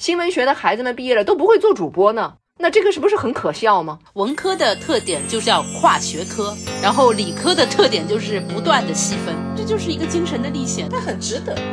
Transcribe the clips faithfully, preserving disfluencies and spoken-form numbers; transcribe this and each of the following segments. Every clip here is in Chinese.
新闻学的孩子们毕业了都不会做主播呢？那这个是不是很可笑吗？ 文科的特点就是要跨学科，然后理科的特点就是不断的细分，这就是一个精神的历险， 它很值得。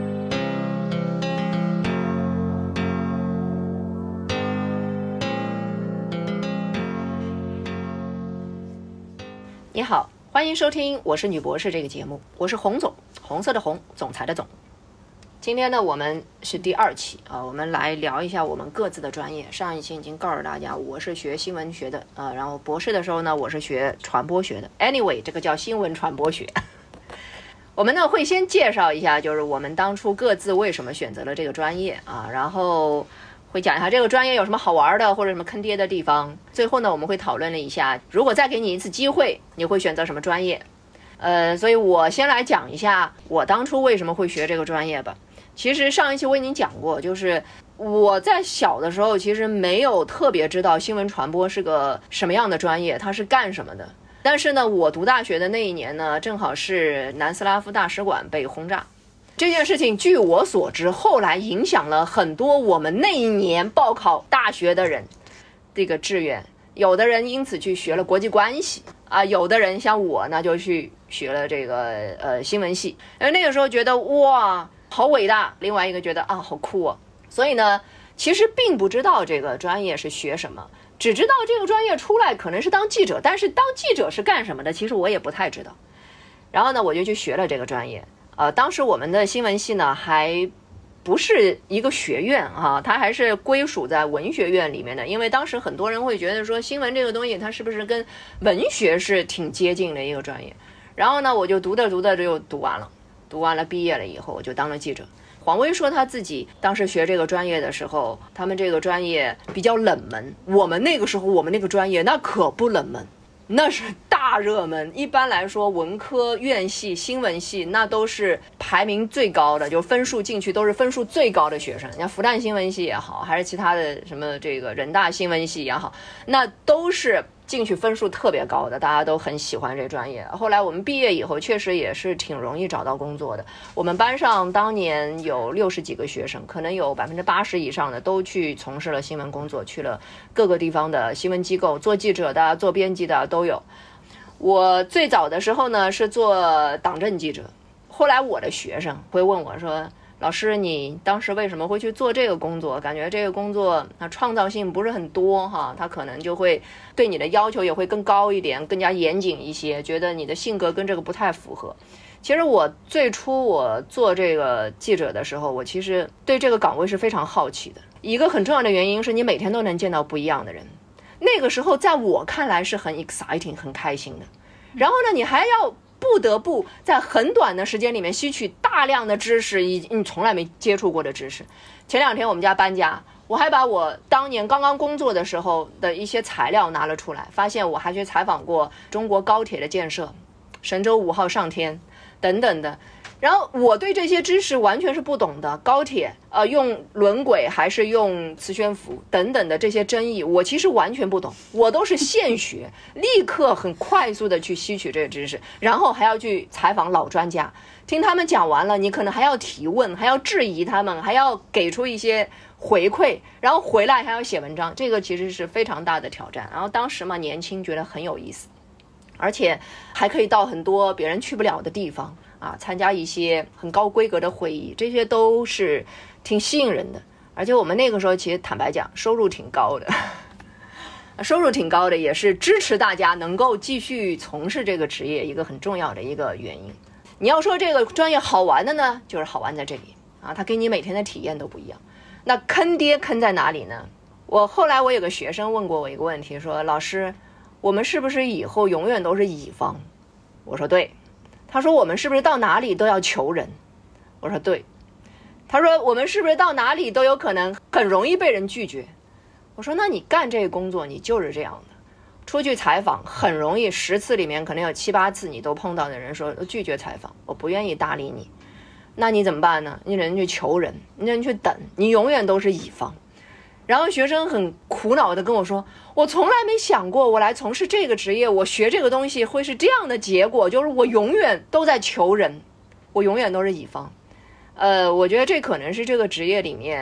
你好，欢迎收听我是女博士这个节目，我是洪总，红色的红，总裁的总。今天呢，我们是第二期啊，我们来聊一下我们各自的专业。上一期已经告诉大家，我是学新闻学的啊，然后博士的时候呢，我是学传播学的。Anyway， 这个叫新闻传播学。我们呢会先介绍一下，就是我们当初各自为什么选择了这个专业啊，然后会讲一下这个专业有什么好玩的或者什么坑爹的地方。最后呢，我们会讨论了一下，如果再给你一次机会，你会选择什么专业？呃，所以我先来讲一下我当初为什么会学这个专业吧。其实上一期我已经讲过，就是我在小的时候其实没有特别知道新闻传播是个什么样的专业，它是干什么的。但是呢，我读大学的那一年呢，正好是南斯拉夫大使馆被轰炸。这件事情据我所知，后来影响了很多我们那一年报考大学的人这个志愿，有的人因此去学了国际关系啊，有的人像我呢就去学了这个呃新闻系。因为那个时候觉得哇好伟大，另外一个觉得啊好酷啊，所以呢其实并不知道这个专业是学什么，只知道这个专业出来可能是当记者，但是当记者是干什么的其实我也不太知道。然后呢我就去学了这个专业。呃，当时我们的新闻系呢还不是一个学院啊，它还是归属在文学院里面的。因为当时很多人会觉得说新闻这个东西它是不是跟文学是挺接近的一个专业。然后呢我就读着读着就读完了，读完了毕业了以后我就当了记者。黄威说他自己当时学这个专业的时候，他们这个专业比较冷门，我们那个时候我们那个专业那可不冷门，那是大热门。一般来说文科院系新闻系那都是排名最高的，就分数进去都是分数最高的学生，像复旦新闻系也好，还是其他的什么这个人大新闻系也好，那都是进去分数特别高的，大家都很喜欢这专业。后来我们毕业以后确实也是挺容易找到工作的。我们班上当年有六十几个学生，可能有百分之八十以上的都去从事了新闻工作，去了各个地方的新闻机构，做记者的做编辑的都有。我最早的时候呢是做党政记者，后来我的学生会问我说，老师你当时为什么会去做这个工作？感觉这个工作它创造性不是很多哈，它可能就会对你的要求也会更高一点，更加严谨一些，觉得你的性格跟这个不太符合。其实我最初我做这个记者的时候，我其实对这个岗位是非常好奇的。一个很重要的原因是你每天都能见到不一样的人，那个时候在我看来是很 exciting 很开心的。然后呢你还要不得不在很短的时间里面吸取大量的知识，以及你从来没接触过的知识。前两天我们家搬家，我还把我当年刚刚工作的时候的一些材料拿了出来，发现我还去采访过中国高铁的建设，神舟五号上天等等的。然后我对这些知识完全是不懂的，高铁呃用轮轨还是用磁悬浮等等的这些争议我其实完全不懂，我都是现学，立刻很快速的去吸取这个知识，然后还要去采访老专家，听他们讲完了你可能还要提问，还要质疑他们，还要给出一些回馈，然后回来还要写文章，这个其实是非常大的挑战。然后当时嘛年轻觉得很有意思，而且还可以到很多别人去不了的地方啊，参加一些很高规格的会议，这些都是挺吸引人的。而且我们那个时候其实坦白讲收入挺高的收入挺高的也是支持大家能够继续从事这个职业一个很重要的一个原因。你要说这个专业好玩的呢，就是好玩在这里啊，它给你每天的体验都不一样。那坑爹坑在哪里呢？我后来我有个学生问过我一个问题，说老师我们是不是以后永远都是乙方？我说对。他说我们是不是到哪里都要求人？我说对。他说我们是不是到哪里都有可能很容易被人拒绝？我说那你干这个工作你就是这样的，出去采访很容易，十次里面可能有七八次你都碰到的人说拒绝采访，我不愿意搭理你。那你怎么办呢？你只能去求人，你只能去等，你永远都是乙方。然后学生很苦恼的跟我说，我从来没想过我来从事这个职业，我学这个东西会是这样的结果，就是我永远都在求人，我永远都是乙方。呃，我觉得这可能是这个职业里面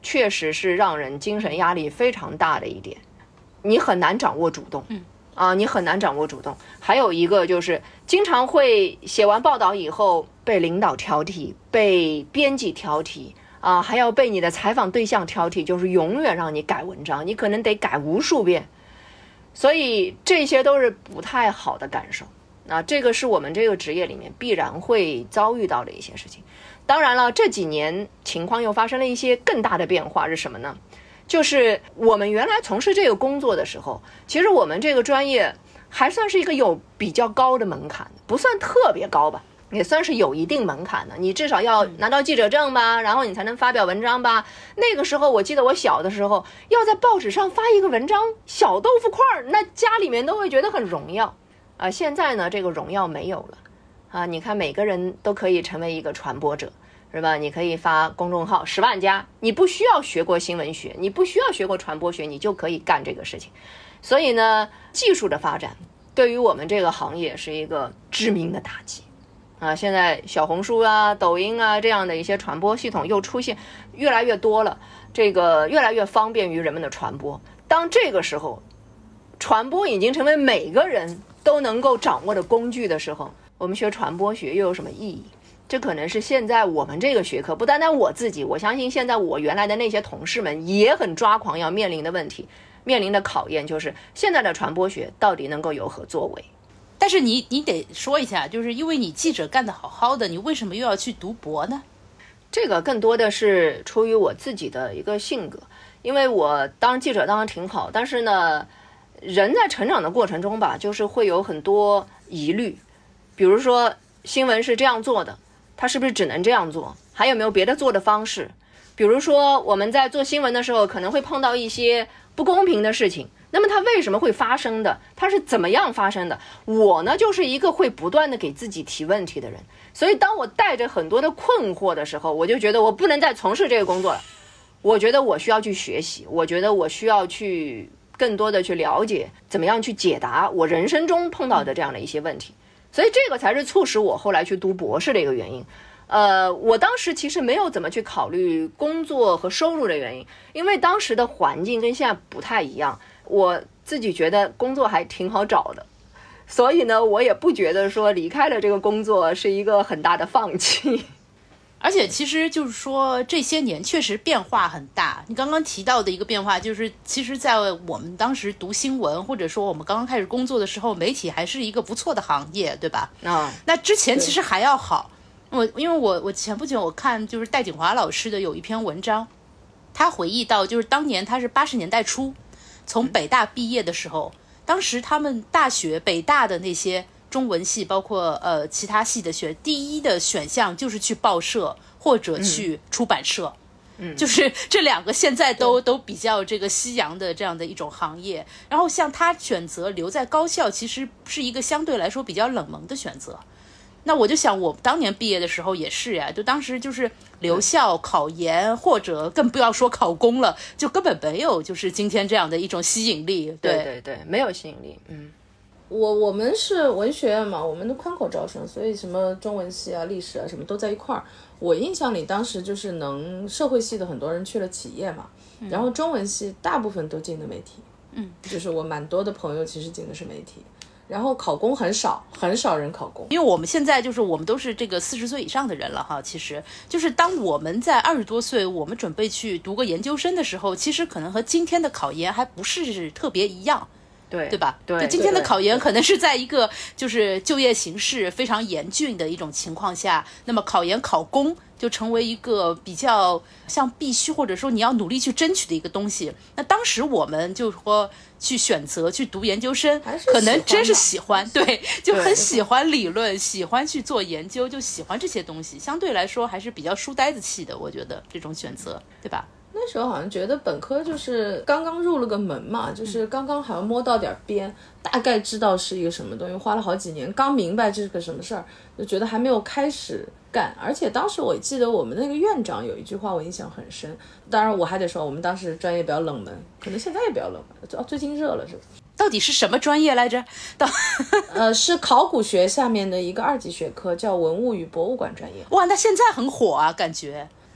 确实是让人精神压力非常大的一点，你很难掌握主动。 嗯啊，你很难掌握主动。还有一个就是经常会写完报道以后被领导挑剔，被编辑挑剔啊，还要被你的采访对象挑剔，就是永远让你改文章，你可能得改无数遍。所以这些都是不太好的感受。啊，这个是我们这个职业里面必然会遭遇到的一些事情。当然了，这几年情况又发生了一些更大的变化，是什么呢？就是我们原来从事这个工作的时候，其实我们这个专业还算是一个有比较高的门槛，不算特别高吧，也算是有一定门槛的。你至少要拿到记者证吧，然后你才能发表文章吧。那个时候我记得我小的时候要在报纸上发一个文章，小豆腐块，那家里面都会觉得很荣耀啊。现在呢，这个荣耀没有了啊。你看每个人都可以成为一个传播者，是吧？你可以发公众号十万加，你不需要学过新闻学，你不需要学过传播学，你就可以干这个事情。所以呢，技术的发展对于我们这个行业是一个致命的打击啊！现在小红书啊、抖音啊这样的一些传播系统又出现越来越多了，这个越来越方便于人们的传播。当这个时候，传播已经成为每个人都能够掌握的工具的时候，我们学传播学又有什么意义？这可能是现在我们这个学科，不单单我自己，我相信现在我原来的那些同事们也很抓狂要面临的问题，面临的考验就是现在的传播学到底能够有何作为。 但是你你得说一下，就是因为你记者干得好好的，你为什么又要去读博呢？ 这个更多的是出于我自己的一个性格，因为我当记者当然挺好，但是呢，人在成长的过程中吧，就是会有很多疑虑，比如说新闻是这样做的，它是不是只能这样做？还有没有别的做的方式？比如说我们在做新闻的时候，可能会碰到一些不公平的事情，那么它为什么会发生的？它是怎么样发生的？我呢，就是一个会不断的给自己提问题的人，所以当我带着很多的困惑的时候，我就觉得我不能再从事这个工作了。我觉得我需要去学习，我觉得我需要去更多的去了解怎么样去解答我人生中碰到的这样的一些问题。所以这个才是促使我后来去读博士的一个原因。呃，我当时其实没有怎么去考虑工作和收入的原因，因为当时的环境跟现在不太一样，我自己觉得工作还挺好找的，所以呢，我也不觉得说离开了这个工作是一个很大的放弃。 而且其实就是说这些年确实变化很大，你刚刚提到的一个变化就是其实在我们当时读新闻或者说我们刚刚开始工作的时候，媒体还是一个不错的行业，对吧？ 啊、嗯， 那之前其实还要好。我因为我我前不久我看就是戴锦华老师的有一篇文章，他回忆到就是当年他是八十年代初从北大毕业的时候，当时他们大学北大的那些中文系包括呃其他系的学第一的选项就是去报社或者去出版社，嗯，就是这两个现在都都比较这个夕阳的这样的一种行业。然后像他选择留在高校，其实是一个相对来说比较冷门的选择。那我就想我当年毕业的时候也是呀，就当时就是留校考研，或者更不要说考公了，就根本没有就是今天这样的一种吸引力。 对对对，没有吸引力。嗯， 我我们是文学院嘛，我们的宽口招生，所以什么中文系啊、历史啊什么都在一块儿。我印象里当时就是能社会系的很多人去了企业嘛，嗯、然后中文系大部分都进的媒体，嗯，就是我蛮多的朋友其实进的是媒体。然后考公很少，很少人考公， 因为我们现在就是我们都是这个四十岁以上的人了哈。其实就是当我们在二十多岁，我们准备去读个研究生的时候，其实可能和今天的考研还不是特别一样， 对对吧？ 对， 就今天的考研可能是在一个就是就业形势非常严峻的一种情况下，那么考研考公就成为一个比较像必须或者说你要努力去争取的一个东西。那当时我们就说去选择去读研究生，可能真是喜欢，对，就很喜欢理论，喜欢去做研究，就喜欢这些东西，相对来说还是比较书呆子气的，我觉得这种选择，对吧？ 那时候好像觉得本科就是刚刚入了个门嘛，就是刚刚好像摸到点边，大概知道是一个什么东西，花了好几年刚明白这是个什么事儿，就觉得还没有开始干。而且当时我记得我们那个院长有一句话我印象很深，当然我还得说我们当时专业比较冷门，可能现在也比较冷门，哦，最近热了是吧？ 到底是什么专业来着？到呃，是考古学下面的一个二级学科，叫文物与博物馆专业。 哇，那现在很火啊，感觉。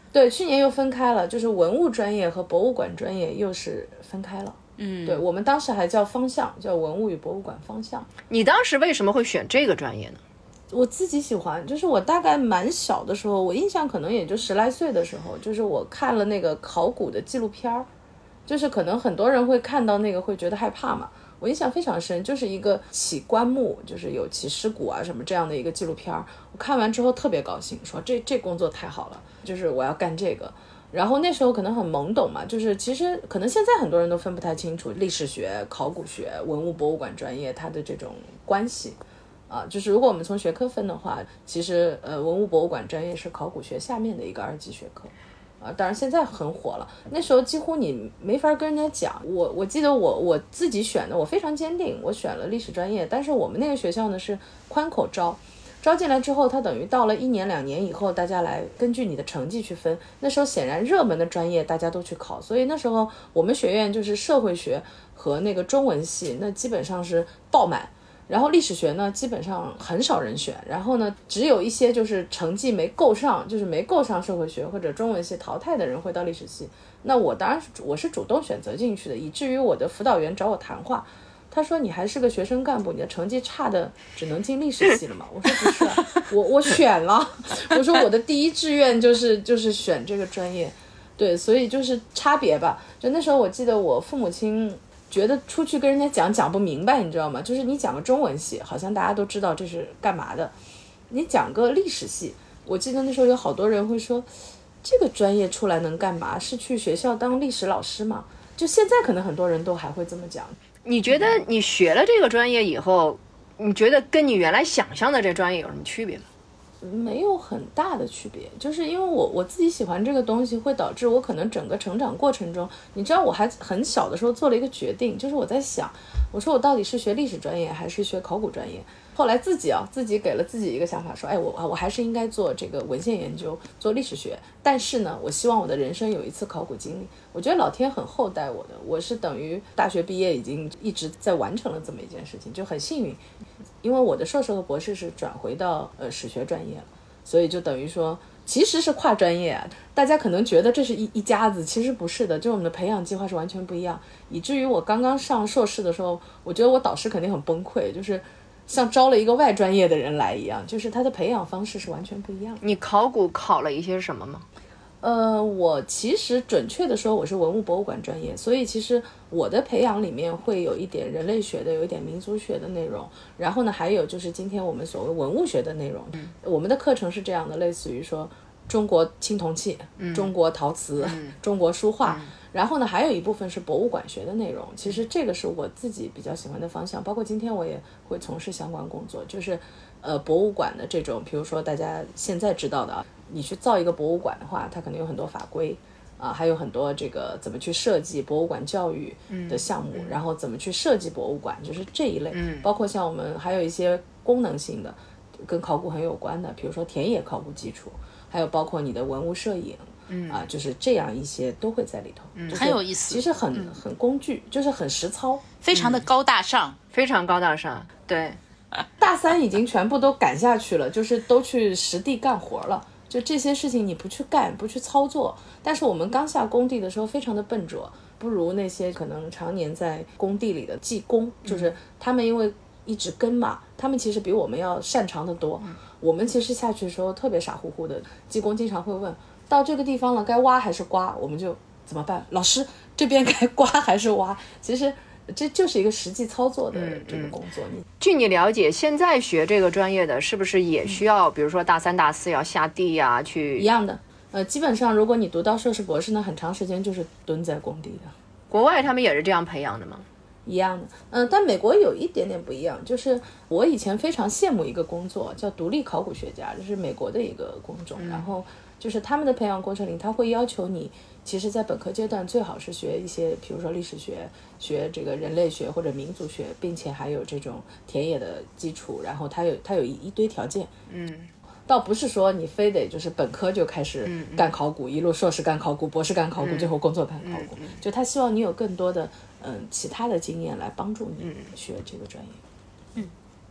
对，去年又分开了，就是文物专业和博物馆专业又是分开了。嗯，对，我们当时还叫方向，叫文物与博物馆方向。 你当时为什么会选这个专业呢？ 我自己喜欢，就是我大概蛮小的时候，我印象可能也就十来岁的时候，就是我看了那个考古的纪录片儿，就是可能很多人会看到那个会觉得害怕嘛，我印象非常深，就是一个起棺木，就是有起尸骨啊什么这样的一个纪录片儿，我看完之后特别高兴，说这这工作太好了，就是我要干这个。然后那时候可能很懵懂嘛，就是其实可能现在很多人都分不太清楚历史学、考古学、文物博物馆专业它的这种关系。啊，就是如果我们从学科分的话，其实呃文物博物馆专业是考古学下面的一个二级学科，啊，当然现在很火了。那时候几乎你没法跟人家讲。我我记得我我自己选的，我非常坚定，我选了历史专业。但是我们那个学校呢是宽口招，招进来之后，它等于到了一年两年以后，大家来根据你的成绩去分。那时候显然热门的专业大家都去考，所以那时候我们学院就是社会学和那个中文系，那基本上是爆满。然后历史学呢基本上很少人选，然后呢只有一些就是成绩没够上，就是没够上社会学或者中文系淘汰的人会到历史系。那我当然是我是主动选择进去的，以至于我的辅导员找我谈话，他说你还是个学生干部，你的成绩差的只能进历史系了嘛？我说不是啊，我我选了，我说我的第一志愿就是就是选这个专业。对，所以就是差别吧。就那时候我记得我父母亲觉得出去跟人家讲讲不明白，你知道吗？就是你讲个中文系，好像大家都知道这是干嘛的，你讲个历史系，我记得那时候有好多人会说，这个专业出来能干嘛？是去学校当历史老师吗？就现在可能很多人都还会这么讲。 你觉得你学了这个专业以后，你觉得跟你原来想象的这专业有什么区别吗？ 没有很大的区别，就是因为我我自己喜欢这个东西，会导致我可能整个成长过程中，你知道我还很小的时候做了一个决定，就是我在想，我说我到底是学历史专业还是学考古专业？后来自己啊自己给了自己一个想法，说，哎，我我还是应该做这个文献研究，做历史学，但是呢，我希望我的人生有一次考古经历。我觉得老天很厚待我的，我是等于大学毕业已经一直在完成了这么一件事情，就很幸运。因为我的硕士和博士是转回到呃史学专业了，所以就等于说其实是跨专业啊。大家可能觉得这是一一家子，其实不是的，就我们的培养计划是完全不一样。以至于我刚刚上硕士的时候，我觉得我导师肯定很崩溃，就是像招了一个外专业的人来一样，就是他的培养方式是完全不一样。 你考古考了一些什么吗？ 呃，我其实准确的说我是文物博物馆专业，所以其实我的培养里面会有一点人类学的，有一点民族学的内容，然后呢还有就是今天我们所谓文物学的内容。嗯、我们的课程是这样的，类似于说中国青铜器、嗯、中国陶瓷、嗯、中国书画、嗯、然后呢还有一部分是博物馆学的内容。其实这个是我自己比较喜欢的方向，包括今天我也会从事相关工作，就是呃博物馆的这种，比如说大家现在知道的啊，你去造一个博物馆的话，它可能有很多法规啊，还有很多这个怎么去设计博物馆教育的项目、嗯、然后怎么去设计博物馆，就是这一类、嗯、包括像我们还有一些功能性的跟考古很有关的，比如说田野考古基础，还有包括你的文物摄影、嗯、啊，就是这样一些都会在里头、 嗯就是、 很有意思， 其实很、嗯、很工具，就是很实操， 非常的高大上、 嗯、非常高大上。对， 大三已经全部都赶下去了，就是都去实地干活了，就这些事情你不去干不去操作，但是我们刚下工地的时候非常的笨拙，不如那些可能常年在工地里的技工，就是他们因为一直跟嘛，他们其实比我们要擅长的多、嗯、我们其实下去的时候特别傻乎乎的，技工经常会问到这个地方了该挖还是刮，我们就怎么办，老师这边该刮还是挖，其实这就是一个实际操作的这个工作。嗯嗯、 据你了解，现在学这个专业的是不是也需要、嗯、比如说大三大四要下地呀、啊、去？ 一样的，呃，基本上如果你读到硕士博士呢，很长时间就是蹲在工地的。 国外他们也是这样培养的吗？ 一样的，嗯、呃，但美国有一点点不一样，就是我以前非常羡慕一个工作叫独立考古学家，这是美国的一个工种、嗯、然后就是他们的培养过程里，他会要求你其实在本科阶段最好是学一些比如说历史学，学这个人类学或者民族学，并且还有这种田野的基础，然后他有他有一堆条件。 嗯， 倒不是说你非得就是本科就开始干考古、嗯嗯、一路硕士干考古，博士干考古、嗯、最后工作干考古、嗯嗯、就他希望你有更多的嗯其他的经验来帮助你学这个专业。 嗯，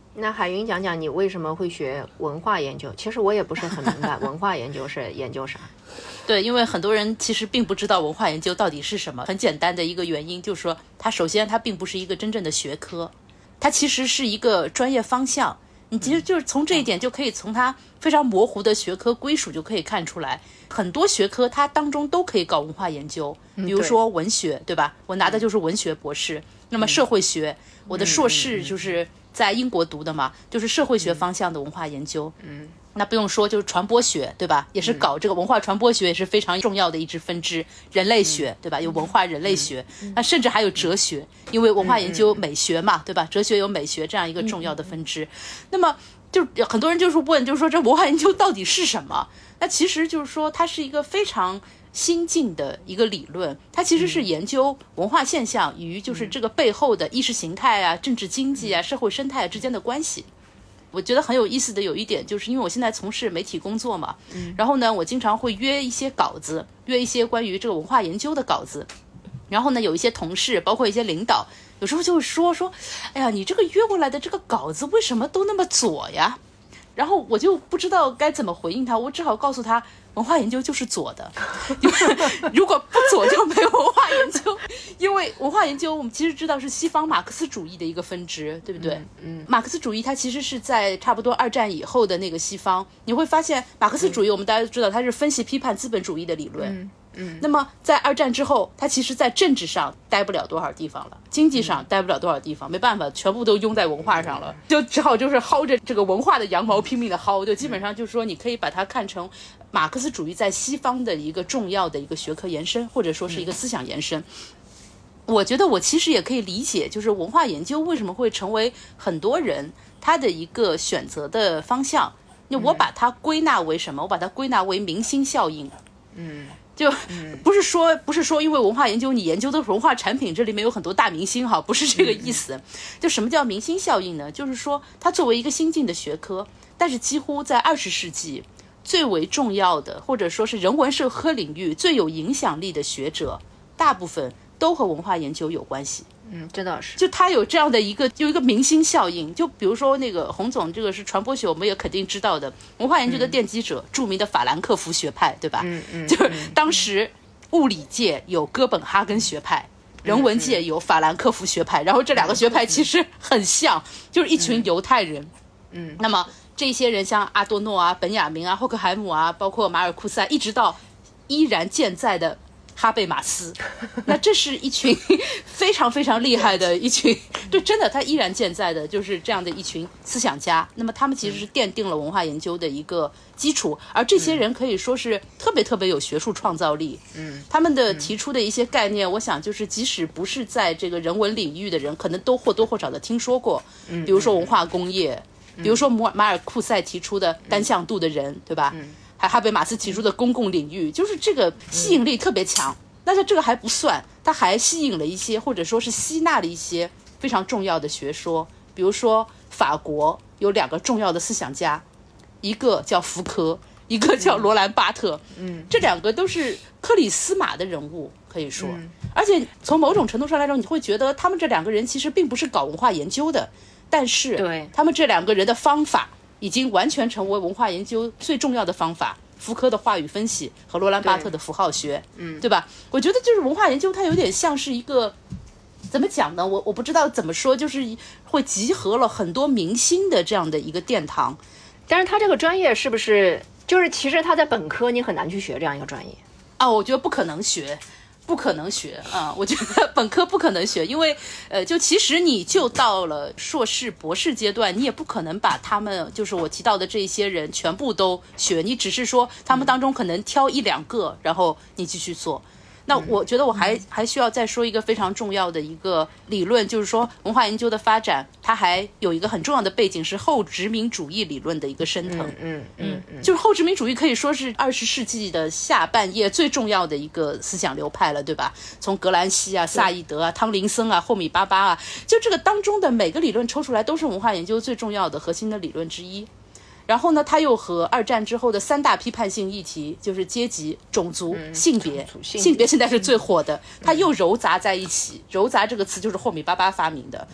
那海云讲讲你为什么会学文化研究？其实我也不是很明白文化研究是研究啥。 对，因为很多人其实并不知道文化研究到底是什么。很简单的一个原因就是说，它首先它并不是一个真正的学科，它其实是一个专业方向。你其实就是从这一点就可以从它非常模糊的学科归属就可以看出来，很多学科它当中都可以搞文化研究。比如说文学，对, 对吧？我拿的就是文学博士。那么社会学，我的硕士就是在英国读的嘛，就是社会学方向的文化研究。嗯，那不用说，就是传播学，对吧？也是搞这个文化传播学，也是非常重要的一支分支。人类学，对吧？有文化人类学，那甚至还有哲学，因为文化研究美学嘛，对吧？哲学有美学这样一个重要的分支。那么就很多人就是问，就是说这文化研究到底是什么？那其实就是说它是一个非常新进的一个理论，它其实是研究文化现象与就是这个背后的意识形态啊、政治经济啊、社会生态之间的关系。我觉得很有意思的有一点，就是因为我现在从事媒体工作嘛，然后呢，我经常会约一些稿子，约一些关于这个文化研究的稿子，然后呢，有一些同事，包括一些领导，有时候就会说说，哎呀，你这个约过来的这个稿子为什么都那么左呀？然后我就不知道该怎么回应他，我只好告诉他，文化研究就是左的，如果不左就没有文化研究。因为文化研究我们其实知道是西方马克思主义的一个分支，对不对？嗯，嗯马克思主义它其实是在差不多二战以后的那个西方，你会发现马克思主义我们大家都知道它是分析批判资本主义的理论。嗯嗯，那么在二战之后，它其实在政治上待不了多少地方了，经济上待不了多少地方，没办法，全部都拥在文化上了，就只好就是薅着这个文化的羊毛拼命的薅，就基本上就是说你可以把它看成马克思主义在西方的一个重要的一个学科延伸，或者说是一个思想延伸。我觉得我其实也可以理解，就是文化研究为什么会成为很多人他的一个选择的方向。我把它归纳为什么？我把它归纳为明星效应。嗯。就不是说不是说因为文化研究你研究的文化产品这里面有很多大明星哈，不是这个意思。就什么叫明星效应呢？就是说它作为一个新进的学科，但是几乎在二十世纪最为重要的或者说是人文社科领域最有影响力的学者，大部分都和文化研究有关系。 嗯，这倒是， 就他有这样的一个有一个明星效应。就比如说那个洪总，这个是传播学，我们也肯定知道的，文化研究的奠基者，嗯、著名的法兰克福学派，对吧？嗯嗯，就是当时物理界有哥本哈根学派，人文界有法兰克福学派，然后这两个学派其实很像，就是一群犹太人。嗯，那么这些人像阿多诺啊、本雅明啊、霍克海姆啊，包括马尔库塞，一直到依然健在的哈贝马斯，那这是一群非常非常厉害的一群，对，真的他依然健在的就是这样的一群思想家。那么他们其实是奠定了文化研究的一个基础，而这些人可以说是特别特别有学术创造力。嗯，他们的提出的一些概念，我想就是即使不是在这个人文领域的人，可能都或多或少的听说过。嗯，比如说文化工业，比如说马尔库塞提出的单向度的人，对吧？嗯，还哈贝马斯提出的公共领域，就是这个吸引力特别强。但是这个还不算，它还吸引了一些或者说是吸纳了一些非常重要的学说。比如说法国有两个重要的思想家，一个叫福柯，一个叫罗兰巴特。嗯，这两个都是克里斯玛的人物，可以说。嗯，而且从某种程度上来说，你会觉得他们这两个人其实并不是搞文化研究的，但是对他们这两个人的方法已经完全成为文化研究最重要的方法。福柯的话语分析和罗兰巴特的符号学，嗯，对吧？我觉得就是文化研究，它有点像是一个怎么讲呢？我我不知道怎么说，就是会集合了很多明星的这样的一个殿堂。 但是他这个专业是不是就是其实他在本科你很难去学这样一个专业啊？我觉得不可能学。不可能学啊、嗯！我觉得本科不可能学，因为呃，就其实你就到了硕士、博士阶段，你也不可能把他们就是我提到的这些人全部都学，你只是说他们当中可能挑一两个，然后你继续做。那我觉得我还还需要再说一个非常重要的一个理论，就是说文化研究的发展，它还有一个很重要的背景是后殖民主义理论的一个升腾。嗯嗯嗯，就是后殖民主义可以说是二十世纪的下半叶最重要的一个思想流派了，对吧？从格兰西啊、萨义德啊、汤林森啊、霍米巴巴啊，就这个当中的每个理论抽出来都是文化研究最重要的核心的理论之一。然后呢，他又和二战之后的三大批判性议题，就是阶级、种族、嗯、性别，性别现在是最火的，他又糅杂在一起。糅杂这个词就是霍米巴巴发明的。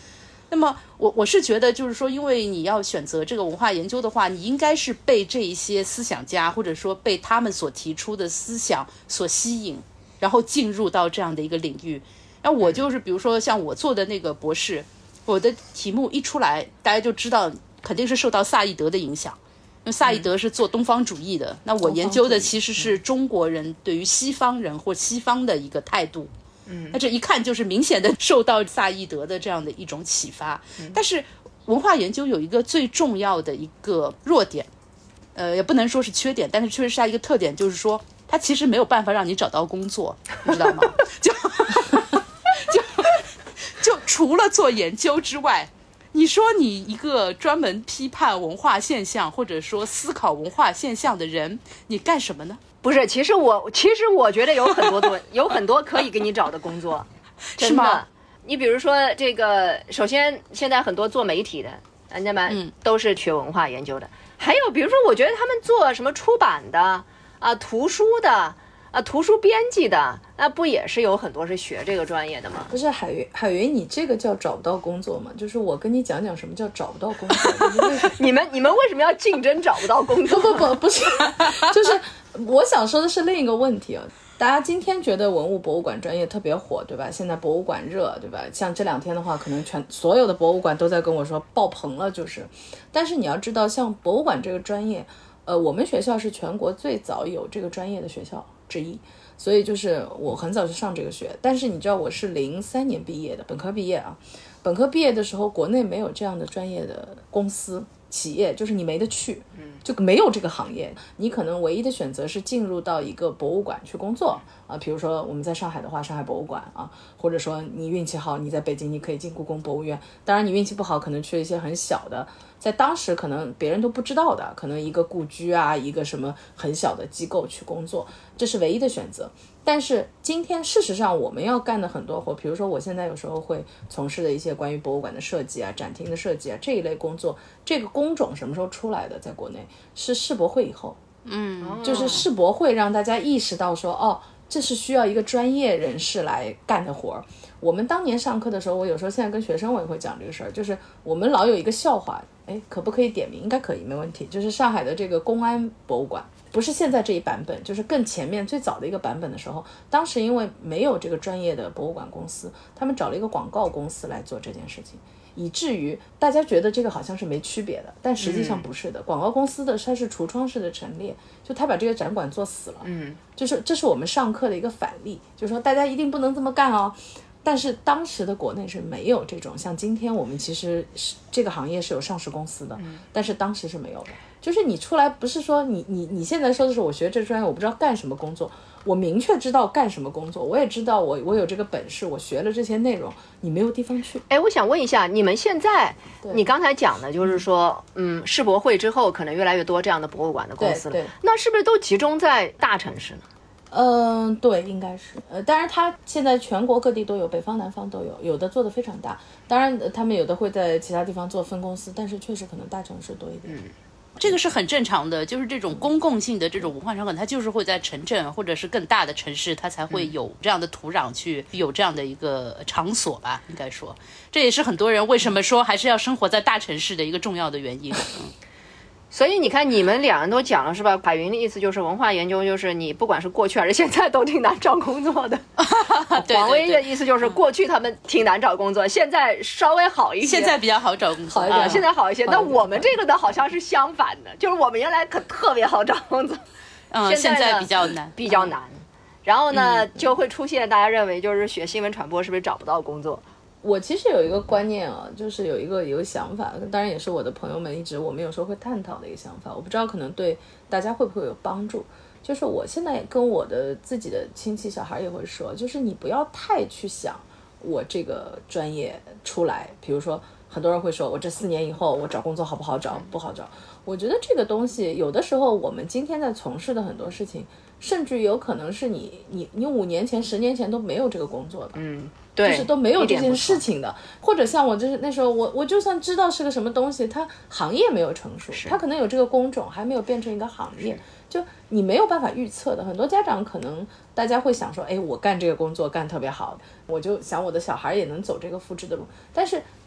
那么我我是觉得，就是说，因为你要选择这个文化研究的话，你应该是被这一些思想家，或者说被他们所提出的思想所吸引，然后进入到这样的一个领域。然后我就是比如说像我做的那个博士，我的题目一出来，大家就知道肯定是受到萨义德的影响，因为萨义德是做东方主义的，嗯、那我研究的其实是中国人对于西方人或西方的一个态度。嗯，那这一看就是明显的受到萨义德的这样的一种启发。嗯、但是文化研究有一个最重要的一个弱点，呃，也不能说是缺点，但是确实是它一个特点，就是说它其实没有办法让你找到工作，你知道吗？就就就除了做研究之外，你说你一个专门批判文化现象或者说思考文化现象的人，你干什么呢？ 不是，其实我其实我觉得有很多多有很多可以给你找的工作， 是吗？ 你比如说这个，首先现在很多做媒体的，人家们都是学文化研究的，嗯、还有比如说，我觉得他们做什么出版的啊、图书的啊、图书编辑的，那不也是有很多是学这个专业的吗？ 不是海云，海云，你这个叫找不到工作吗？就是我跟你讲讲什么叫找不到工作。就是你们你们为什么要竞争找不到工作？ 不不不，不是，就是我想说的是另一个问题啊。大家今天觉得文物博物馆专业特别火，对吧？现在博物馆热，对吧？像这两天的话，可能全所有的博物馆都在跟我说爆棚了，就是。但是你要知道，像博物馆这个专业，呃，我们学校是全国最早有这个专业的学校之一，所以就是我很早就上这个学。但是你知道我是零三年毕业的，本科毕业啊，本科毕业的时候，国内没有这样的专业的公司。企业就是你没得去，就没有这个行业，你可能唯一的选择是进入到一个博物馆去工作啊，比如说我们在上海的话，上海博物馆啊，或者说你运气好，你在北京你可以进故宫博物院，当然你运气不好，可能去一些很小的，在当时可能别人都不知道的，可能一个故居啊，一个什么很小的机构去工作，这是唯一的选择。但是今天事实上我们要干的很多活，比如说我现在有时候会从事的一些关于博物馆的设计啊、展厅的设计啊这一类工作，这个工种什么时候出来的？在国内是世博会以后，嗯，就是世博会让大家意识到说，哦，这是需要一个专业人士来干的活。我们当年上课的时候，我有时候现在跟学生我也会讲这个事儿，就是我们老有一个笑话，哎，可不可以点名？应该可以，没问题。就是上海的这个公安博物馆。不是现在这一版本，就是更前面最早的一个版本的时候，当时因为没有这个专业的博物馆公司，他们找了一个广告公司来做这件事情，以至于大家觉得这个好像是没区别的，但实际上不是的。嗯、广告公司的它是橱窗式的陈列，就他把这个展馆做死了。嗯，就是这是我们上课的一个反例，就是说大家一定不能这么干哦。但是当时的国内是没有这种，像今天我们其实是这个行业是有上市公司的，嗯、但是当时是没有的。就是你出来不是说你你你现在说的是我学这专业我不知道干什么工作，我明确知道干什么工作，我也知道我我有这个本事，我学了这些内容，你没有地方去。 哎，我想问一下，你们现在你刚才讲的就是说，嗯，世博会之后可能越来越多这样的博物馆的公司了， 对对， 那是不是都集中在大城市呢？ 嗯、呃，对，应该是。呃，当然，它现在全国各地都有，北方、南方都有，有的做得非常大。当然，他们有的会在其他地方做分公司，但是确实可能大城市多一点。嗯， 这个是很正常的，就是这种公共性的这种文化场馆，它就是会在城镇或者是更大的城市，它才会有这样的土壤去有这样的一个场所吧，应该说，这也是很多人为什么说还是要生活在大城市的一个重要的原因。嗯。 所以你看，你们两人都讲了是吧？海云的意思就是文化研究就是你不管是过去还是现在都挺难找工作的。黄威的意思就是过去他们挺难找工作，现在稍微好一些， 现在比较好找工作， 好一点、啊，现在好一些。那我们这个呢，好像是相反的，就是我们原来可特别好找工作， 嗯，现在, 现在比较难， 比较难。嗯、然后呢，嗯、就会出现大家认为就是学新闻传播是不是找不到工作？ 我其实有一个观念啊，就是有一个有个想法，当然也是我的朋友们一直我们有时候会探讨的一个想法，我不知道可能对大家会不会有帮助。就是我现在跟我的自己的亲戚小孩也会说，就是你不要太去想我这个专业出来，比如说很多人会说我这四年以后我找工作好不好找，不好找。我觉得这个东西有的时候我们今天在从事的很多事情，甚至有可能是你你你五年前十年前都没有这个工作的。 嗯，对， 就是都没有这件事情的，或者像我就是那时候我我就算知道是个什么东西，它行业没有成熟，它可能有这个工种还没有变成一个行业，就你没有办法预测的。很多家长可能大家会想说，哎，我干这个工作干特别好，我就想我的小孩也能走这个复制的路，但是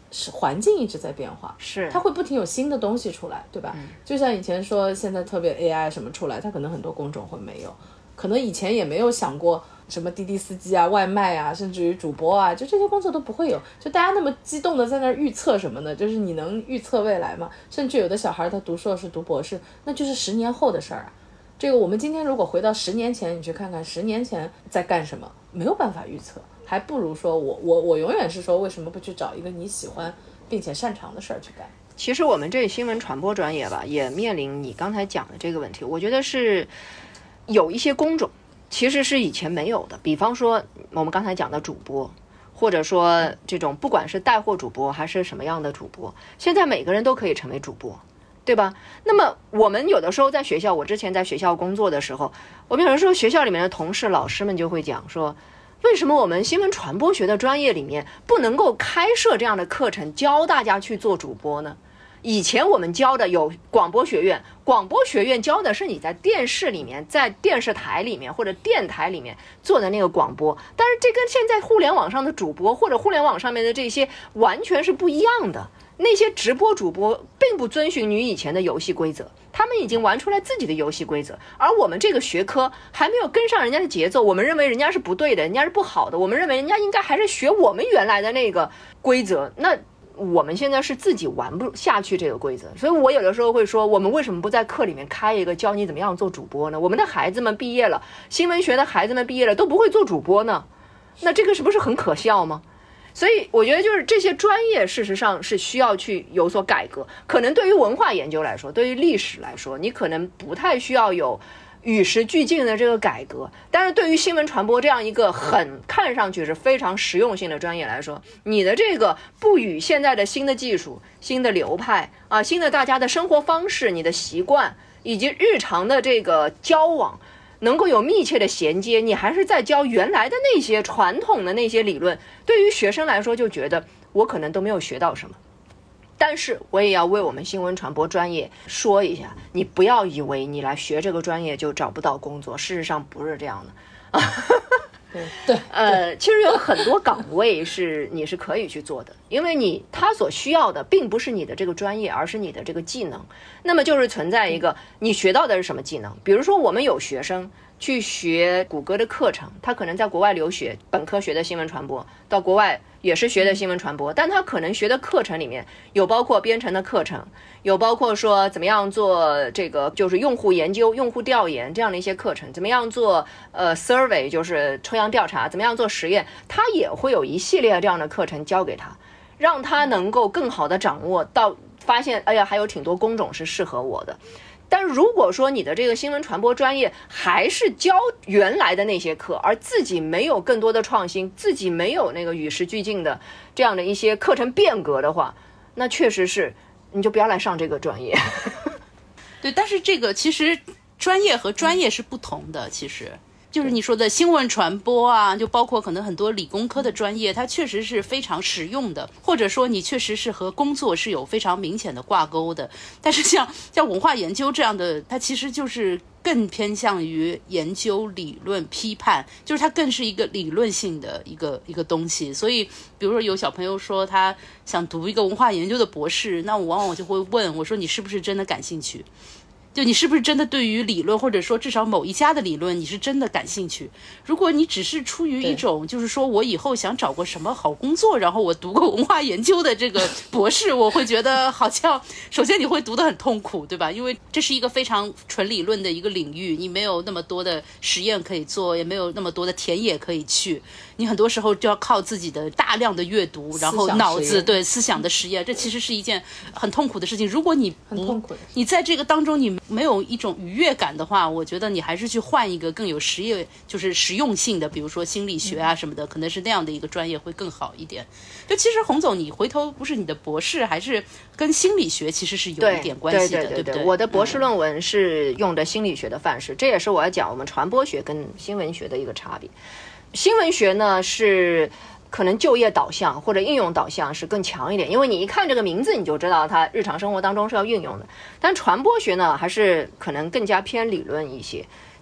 是环境一直在变化， 是它会不停有新的东西出来，对吧？嗯、就像以前说现在特别 A I 什么出来，它可能很多工种会没有，可能以前也没有想过什么滴滴司机啊、外卖啊，甚至于主播啊，就这些工作都不会有。就大家那么激动的在那儿预测什么呢？就是你能预测未来吗？甚至有的小孩他读硕士、读博士，那就是十年后的事儿啊。这个我们今天如果回到十年前，你去看看十年前在干什么，没有办法预测，还不如说我我我永远是说，为什么不去找一个你喜欢并且擅长的事儿去干？ 其实我们这新闻传播专业吧，也面临你刚才讲的这个问题。我觉得是有一些工种其实是以前没有的，比方说我们刚才讲的主播，或者说这种不管是带货主播还是什么样的主播，现在每个人都可以成为主播，对吧？那么我们有的时候在学校，我之前在学校工作的时候，我们有的时候学校里面的同事老师们就会讲说，为什么我们新闻传播学的专业里面不能够开设这样的课程，教大家去做主播呢？以前我们教的有广播学院，广播学院教的是你在电视里面，在电视台里面或者电台里面做的那个广播，但是这跟现在互联网上的主播或者互联网上面的这些完全是不一样的。那些直播主播并不遵循你以前的游戏规则，他们已经玩出来自己的游戏规则，而我们这个学科还没有跟上人家的节奏，我们认为人家是不对的，人家是不好的，我们认为人家应该还是学我们原来的那个规则，那我们现在是自己玩不下去这个规则。所以我有的时候会说，我们为什么不在课里面开一个教你怎么样做主播呢？我们的孩子们毕业了，新闻学的孩子们毕业了都不会做主播呢，那这个是不是很可笑吗？所以我觉得就是这些专业事实上是需要去有所改革。可能对于文化研究来说，对于历史来说，你可能不太需要有与时俱进的这个改革，但是对于新闻传播这样一个很看上去是非常实用性的专业来说，你的这个不与现在的新的技术、新的流派啊、新的大家的生活方式、你的习惯以及日常的这个交往能够有密切的衔接，你还是在教原来的那些传统的那些理论，对于学生来说就觉得我可能都没有学到什么。但是我也要为我们新闻传播专业说一下，你不要以为你来学这个专业就找不到工作，事实上不是这样的。 对对， 呃，其实有很多岗位是你是可以去做的，因为你他所需要的并不是你的这个专业，而是你的这个技能。那么就是存在一个你学到的是什么技能？比如说我们有学生去学谷歌的课程，他可能在国外留学，本科学的新闻传播，到国外也是学的新闻传播，但他可能学的课程里面有包括编程的课程，有包括说怎么样做这个就是用户研究、用户调研这样的一些课程，怎么样做呃 survey 就是抽样调查，怎么样做实验，他也会有一系列这样的课程教给他，让他能够更好的掌握到，发现哎呀还有挺多工种是适合我的。但如果说你的这个新闻传播专业还是教原来的那些课，而自己没有更多的创新，自己没有那个与时俱进的这样的一些课程变革的话，那确实是你就不要来上这个专业。 对，但是这个其实专业和专业是不同的，其实就是你说的新闻传播啊，就包括可能很多理工科的专业，它确实是非常实用的，或者说你确实是和工作是有非常明显的挂钩的。但是像像文化研究这样的，它其实就是更偏向于研究、理论、批判，就是它更是一个理论性的一个一个东西。所以比如说有小朋友说他想读一个文化研究的博士，那我往往就会问我说，你是不是真的感兴趣？就你是不是真的对于理论，或者说至少某一家的理论你是真的感兴趣？如果你只是出于一种就是说我以后想找个什么好工作，然后我读个文化研究的这个博士，我会觉得好像首先你会读得很痛苦，对吧？因为这是一个非常纯理论的一个领域，你没有那么多的实验可以做，也没有那么多的田野可以去，你很多时候就要靠自己的大量的阅读，然后脑子对思想的实验，这其实是一件很痛苦的事情。如果你很痛苦的， 你在这个当中你没有一种愉悦感的话，我觉得你还是去换一个更有实业就是实用性的，比如说心理学啊什么的，可能是那样的一个专业会更好一点。就其实洪总，你回头不是你的博士还是跟心理学其实是有一点关系的， 对, 对, 对, 对不对？ 我的博士论文是用的心理学的范式，这也是我要讲我们传播学跟新闻学的一个差别。新闻学呢是可能就业导向或者应用导向是更强一点，因为你一看这个名字你就知道它日常生活当中是要运用的。但传播学呢还是可能更加偏理论一些，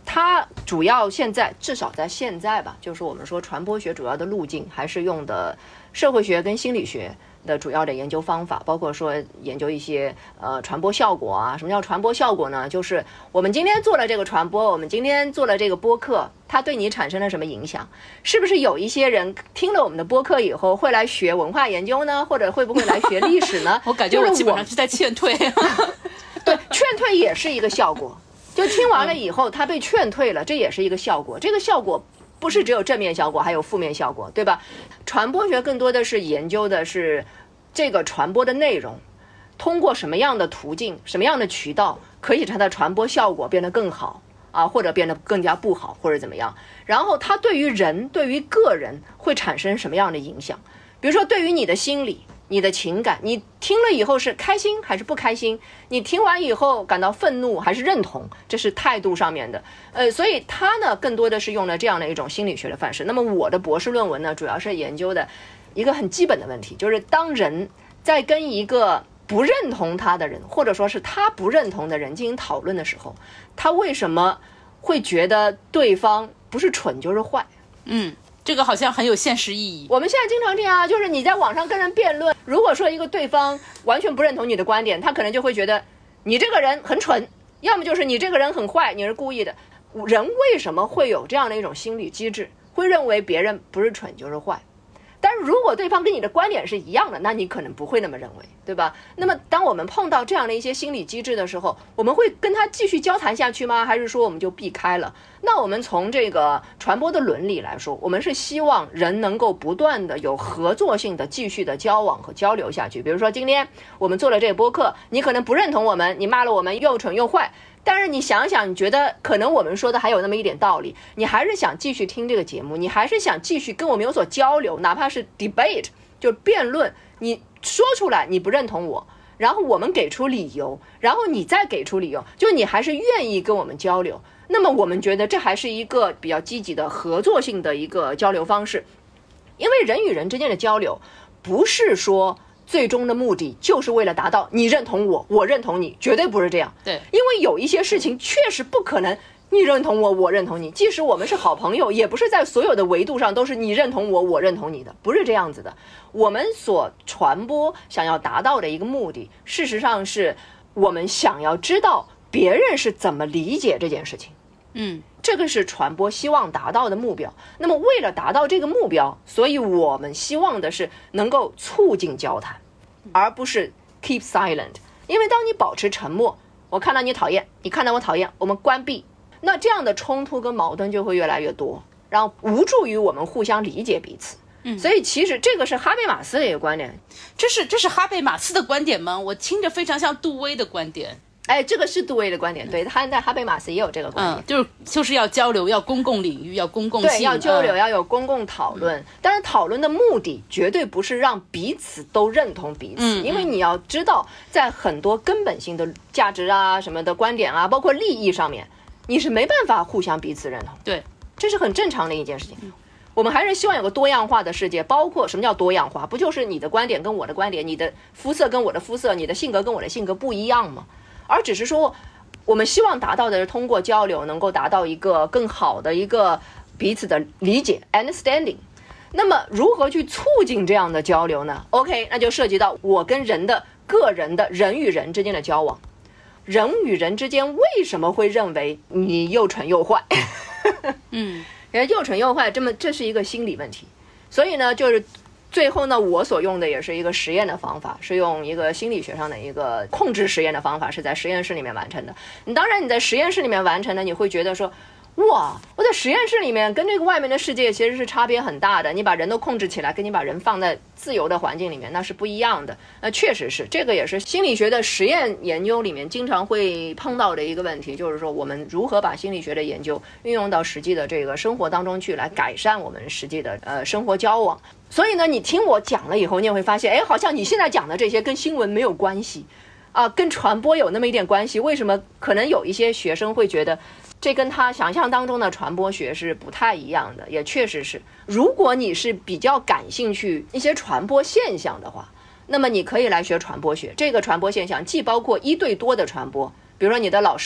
它主要现在至少在现在吧，就是我们说传播学主要的路径还是用的社会学跟心理学的主要的研究方法，包括说研究一些呃传播效果啊。什么叫传播效果呢？就是我们今天做了这个传播，我们今天做了这个播客，它对你产生了什么影响？是不是有一些人听了我们的播客以后会来学文化研究呢？或者会不会来学历史呢？ 我感觉我基本上是在劝退。 对，劝退也是一个效果。就听完了以后，他被劝退了，这也是一个效果。这个效果不是只有正面效果，还有负面效果，对吧？传播学更多的是研究的是这个传播的内容，通过什么样的途径、什么样的渠道，可以使它的传播效果变得更好啊，或者变得更加不好，或者怎么样。然后它对于人、对于个人会产生什么样的影响？比如说，对于你的心理、你的情感，你听了以后是开心还是不开心？你听完以后感到愤怒还是认同？这是态度上面的。呃，所以它呢，更多的是用了这样的一种心理学的范式。那么我的博士论文呢，主要是研究的一个很基本的问题，就是当人在跟一个不认同他的人，或者说是他不认同的人进行讨论的时候，他为什么会觉得对方不是蠢就是坏？ 嗯。这个好像很有现实意义。 我们现在经常这样，就是你在网上跟人辩论，如果说一个对方完全不认同你的观点，他可能就会觉得你这个人很蠢，要么就是你这个人很坏，你是故意的。人为什么会有这样的一种心理机制，会认为别人不是蠢就是坏？但是如果对方跟你的观点是一样的，那你可能不会那么认为，对吧？那么当我们碰到这样的一些心理机制的时候，我们会跟他继续交谈下去吗？还是说我们就避开了？那我们从这个传播的伦理来说，我们是希望人能够不断的有合作性的继续的交往和交流下去。比如说今天我们做了这个播客，你可能不认同我们，你骂了我们又蠢又坏，但是你想想，你觉得可能我们说的还有那么一点道理，你还是想继续听这个节目，你还是想继续跟我们有所交流，哪怕是 debate 就辩论，你说出来你不认同我，然后我们给出理由，然后你再给出理由，就你还是愿意跟我们交流，那么我们觉得这还是一个比较积极的合作性的一个交流方式。因为人与人之间的交流不是说最终的目的就是为了达到你认同我，我认同你，绝对不是这样。 对， 因为有一些事情确实不可能你认同我，我认同你，即使我们是好朋友，也不是在所有的维度上都是你认同我，我认同你的，不是这样子的。我们所传播想要达到的一个目的，事实上是我们想要知道别人是怎么理解这件事情。 嗯， 这个是传播希望达到的目标。那么为了达到这个目标，所以我们希望的是能够促进交谈，而不是 keep silent。因为当你保持沉默，我看到你讨厌，你看到我讨厌，我们关闭，那这样的冲突跟矛盾就会越来越多，然后无助于我们互相理解彼此。嗯，所以其实这个是哈贝马斯的一个观点。 这是这是哈贝马斯的观点吗？我听着非常像杜威的观点。 哎，这个是杜威的观点，对，他在哈贝马斯也有这个观点， 嗯，就是就是要交流，要公共领域，要公共性， 对，要交流， 嗯、 要有公共讨论。但是讨论的目的绝对不是让彼此都认同彼此， 嗯， 因为你要知道，在很多根本性的价值啊、什么的观点啊，包括利益上面，你是没办法互相彼此认同。 对， 这是很正常的一件事情。我们还是希望有个多样化的世界，包括什么叫多样化？不就是你的观点跟我的观点，你的肤色跟我的肤色，你的性格跟我的性格不一样吗？而只是说，我们希望达到的是通过交流能够达到一个更好的一个彼此的理解 understanding。 那么如何去促进这样的交流呢？ OK， 那就涉及到我跟人的个人的人与人之间的交往。人与人之间为什么会认为你又蠢又坏？ 嗯， 又蠢又坏，这么这是一个心理问题。所以呢，就是最后呢，我所用的也是一个实验的方法，是用一个心理学上的一个控制实验的方法，是在实验室里面完成的。你当然你在实验室里面完成的，你会觉得说，哇，我在实验室里面跟这个外面的世界其实是差别很大的。你把人都控制起来，跟你把人放在自由的环境里面，那是不一样的。那确实是，这个也是心理学的实验研究里面经常会碰到的一个问题，就是说我们如何把心理学的研究运用到实际的这个生活当中去，来改善我们实际的呃生活交往。所以呢，你听我讲了以后，你也会发现，哎，好像你现在讲的这些跟新闻没有关系啊，跟传播有那么一点关系。为什么？可能有一些学生会觉得，这跟他想象当中的传播学是不太一样的。也确实是，如果你是比较感兴趣一些传播现象的话，那么你可以来学传播学。这个传播现象既包括一对多的传播，比如说你的老师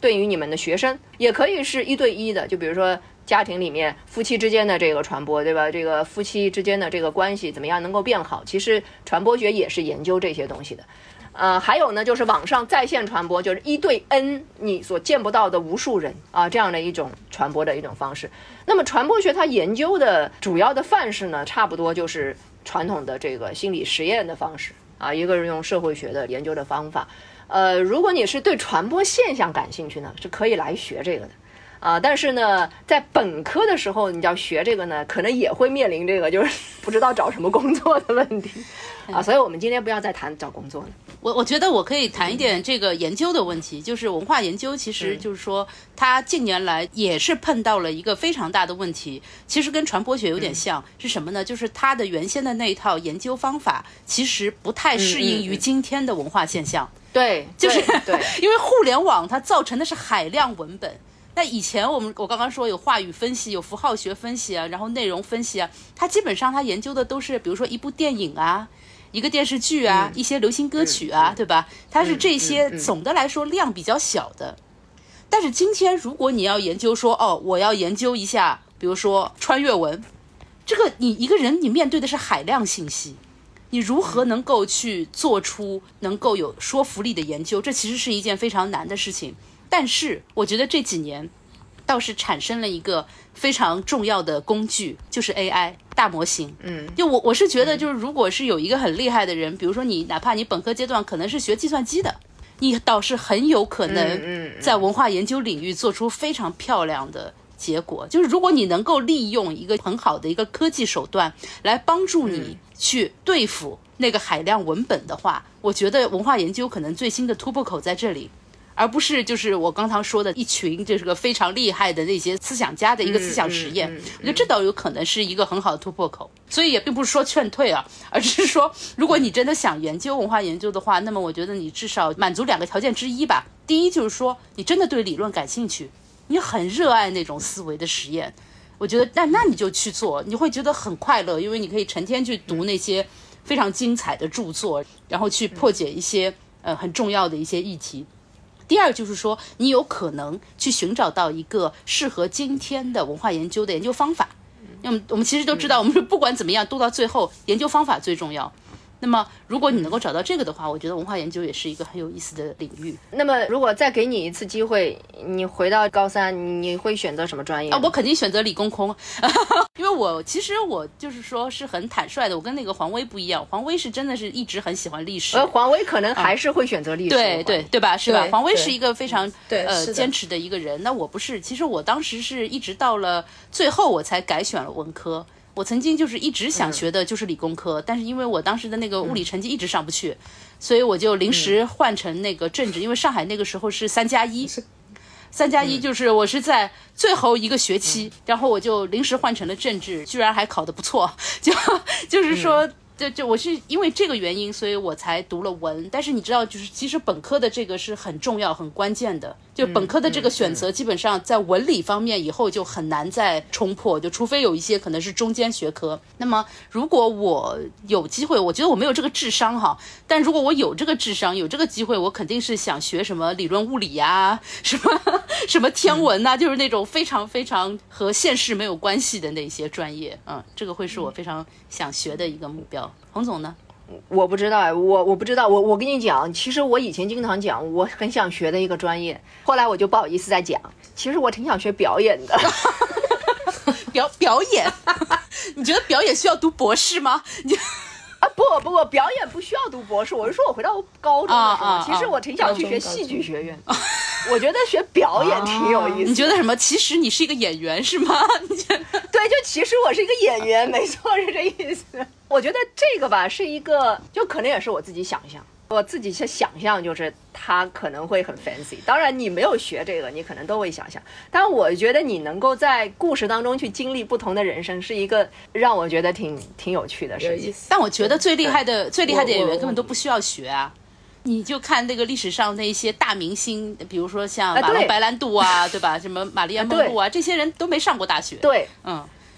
对于你们的学生，也可以是一对一的，就比如说家庭里面夫妻之间的这个传播，对吧？这个夫妻之间的这个关系怎么样能够变好？其实传播学也是研究这些东西的。呃，还有呢，就是网上在线传播，就是一对 N 你所见不到的无数人啊，这样的一种传播的一种方式。那么传播学它研究的主要的范式呢，差不多就是传统的这个心理实验的方式啊，一个是用社会学的研究的方法。呃，如果你是对传播现象感兴趣呢，是可以来学这个的。啊、呃，但是呢，在本科的时候，你要学这个呢，可能也会面临这个就是不知道找什么工作的问题啊，所以我们今天不要再谈找工作了。 我我觉得我可以谈一点这个研究的问题，就是文化研究，其实就是说，它近年来也是碰到了一个非常大的问题，其实跟传播学有点像，是什么呢？就是它的原先的那一套研究方法，其实不太适应于今天的文化现象。 对， 就是对， 因为互联网它造成的是海量文本。那以前我们我刚刚说有话语分析，有符号学分析啊，然后内容分析啊，它基本上它研究的都是比如说一部电影啊，一个电视剧啊，嗯、一些流行歌曲啊，嗯、对吧？它是这些、嗯嗯、总的来说量比较小的。但是今天如果你要研究说哦，我要研究一下，比如说穿越文，这个你一个人你面对的是海量信息，你如何能够去做出能够有说服力的研究，这其实是一件非常难的事情。但是我觉得这几年倒是产生了一个非常重要的工具，就是 A I 大模型。嗯，就我我是觉得，就是如果是有一个很厉害的人，比如说你哪怕你本科阶段可能是学计算机的，你倒是很有可能在文化研究领域做出非常漂亮的结果。就是如果你能够利用一个很好的一个科技手段来帮助你去对付那个海量文本的话，我觉得文化研究可能最新的突破口在这里。而不是就是我刚才说的一群这个非常厉害的那些思想家的一个思想实验，嗯嗯嗯嗯、我觉得这倒有可能是一个很好的突破口。所以也并不是说劝退啊，而是说如果你真的想研究文化研究的话，那么我觉得你至少满足两个条件之一吧。第一就是说你真的对理论感兴趣，你很热爱那种思维的实验，我觉得那那你就去做，你会觉得很快乐，因为你可以成天去读那些非常精彩的著作，然后去破解一些呃很重要的一些议题。第二就是说，你有可能去寻找到一个适合今天的文化研究的研究方法。因为我们其实都知道，我们不管怎么样，都到最后研究方法最重要。那么如果你能够找到这个的话，我觉得文化研究也是一个很有意思的领域。 那么如果再给你一次机会，你回到高三，你会选择什么专业？ 啊，我肯定选择理工空，因为我其实我就是说是很坦率的，我跟那个黄威不一样，黄威是真的是一直很喜欢历史， 而黄威可能还是会选择历史、 嗯、对对对吧？是吧？黄威是一个非常对呃坚持的一个人，那我不是，其实我当时是一直到了最后我才改选了文科。我曾经就是一直想学的就是理工科、嗯、但是因为我当时的那个物理成绩一直上不去、嗯、所以我就临时换成那个政治、嗯、因为上海那个时候是三加一三加一就是我是在最后一个学期、嗯、然后我就临时换成了政治，居然还考得不错，就就是说、嗯就就我是因为这个原因，所以我才读了文。但是你知道，就是其实本科的这个是很重要、很关键的。就本科的这个选择，基本上在文理方面以后就很难再冲破，就除非有一些可能是中间学科。那么如果我有机会，我觉得我没有这个智商哈，但如果我有这个智商、有这个机会，我肯定是想学什么理论物理呀、什么什么天文呐、啊，就是那种非常非常和现实没有关系的那些专业。嗯，这个会是我非常想学的一个目标。洪总呢？ 我不知道，我我不知道，我我跟你讲，其实我以前经常讲，我很想学的一个专业，后来我就不好意思再讲。其实我挺想学表演的， 表表演，你觉得表演需要读博士吗？你啊不不不，表演不需要读博士。我是说我回到高中的时候，啊啊、其实我挺想去学戏剧学院。我觉得学表演挺有意思、啊。 你觉得什么？其实你是一个演员是吗？你觉得？ 对，就其实我是一个演员，没错，是这意思。我觉得这个吧，是一个，就可能也是我自己想象，我自己去想象，就是它可能会很 fancy。当然，你没有学这个，你可能都会想象。但我觉得你能够在故事当中去经历不同的人生，是一个让我觉得挺挺有趣的事情。 但我觉得最厉害的、最厉害的演员根本都不需要学啊。你就看那个历史上那些大明星，比如说像马龙白兰度啊，对吧？什么玛丽莲梦露啊，这些人都没上过大学。 对， 嗯。